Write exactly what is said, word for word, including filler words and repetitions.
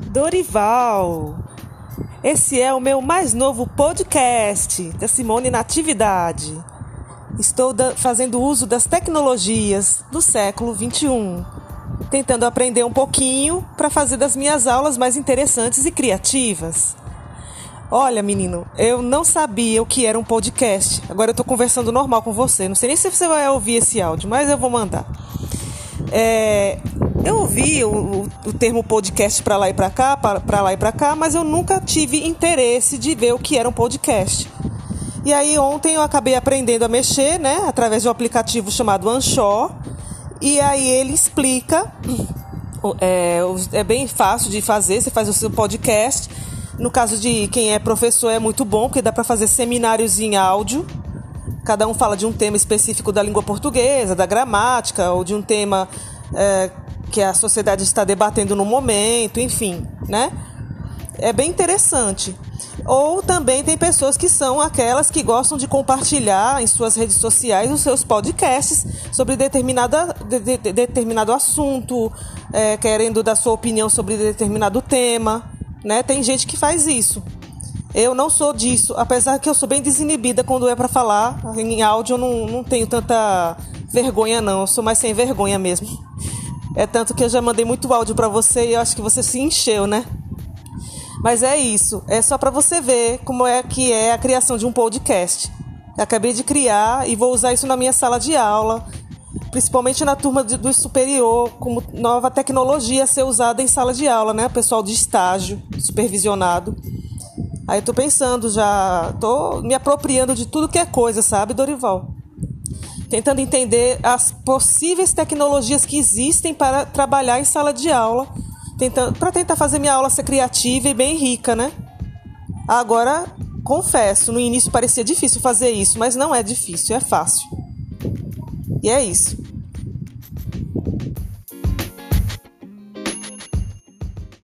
Dorival, esse é o meu mais novo podcast da Simone Natividade. Estou da- fazendo uso das tecnologias do século vinte e um, tentando aprender um pouquinho para fazer das minhas aulas mais interessantes e criativas. Olha, menino, eu não sabia o que era um podcast. Agora eu estou conversando normal com você. Não sei nem se você vai ouvir esse áudio, mas eu vou mandar. É, eu ouvi o, o, o termo podcast para lá e para cá, para lá e para cá, mas eu nunca tive interesse de ver o que era um podcast. E aí ontem eu acabei aprendendo a mexer, né, através de um aplicativo chamado Anchor. E aí ele explica, é, é bem fácil de fazer, você faz o seu podcast. No caso de quem é professor é muito bom, porque dá para fazer seminários em áudio. Cada um fala de um tema específico da língua portuguesa, da gramática, ou de um tema é, que a sociedade está debatendo no momento, enfim, né? É bem interessante. Ou também tem pessoas que são aquelas que gostam de compartilhar em suas redes sociais os seus podcasts sobre determinada, de, de, de, determinado assunto, é, querendo dar sua opinião sobre determinado tema, né? Tem gente que faz isso. Eu não sou disso, apesar que eu sou bem desinibida quando é para falar. Em áudio eu não, não tenho tanta vergonha não, eu sou mais sem vergonha mesmo. É tanto que eu já mandei muito áudio para você e eu acho que você se encheu, né? Mas é isso, é só para você ver como é que é a criação de um podcast. Eu acabei de criar e vou usar isso na minha sala de aula, principalmente na turma de, do superior, como nova tecnologia a ser usada em sala de aula, né? O pessoal de estágio, supervisionado. Aí tô pensando já, tô me apropriando de tudo que é coisa, sabe, Dorival? Tentando entender as possíveis tecnologias que existem para trabalhar em sala de aula, para tentar fazer minha aula ser criativa e bem rica, né? Agora, confesso, no início parecia difícil fazer isso, mas não é difícil, é fácil. E é isso.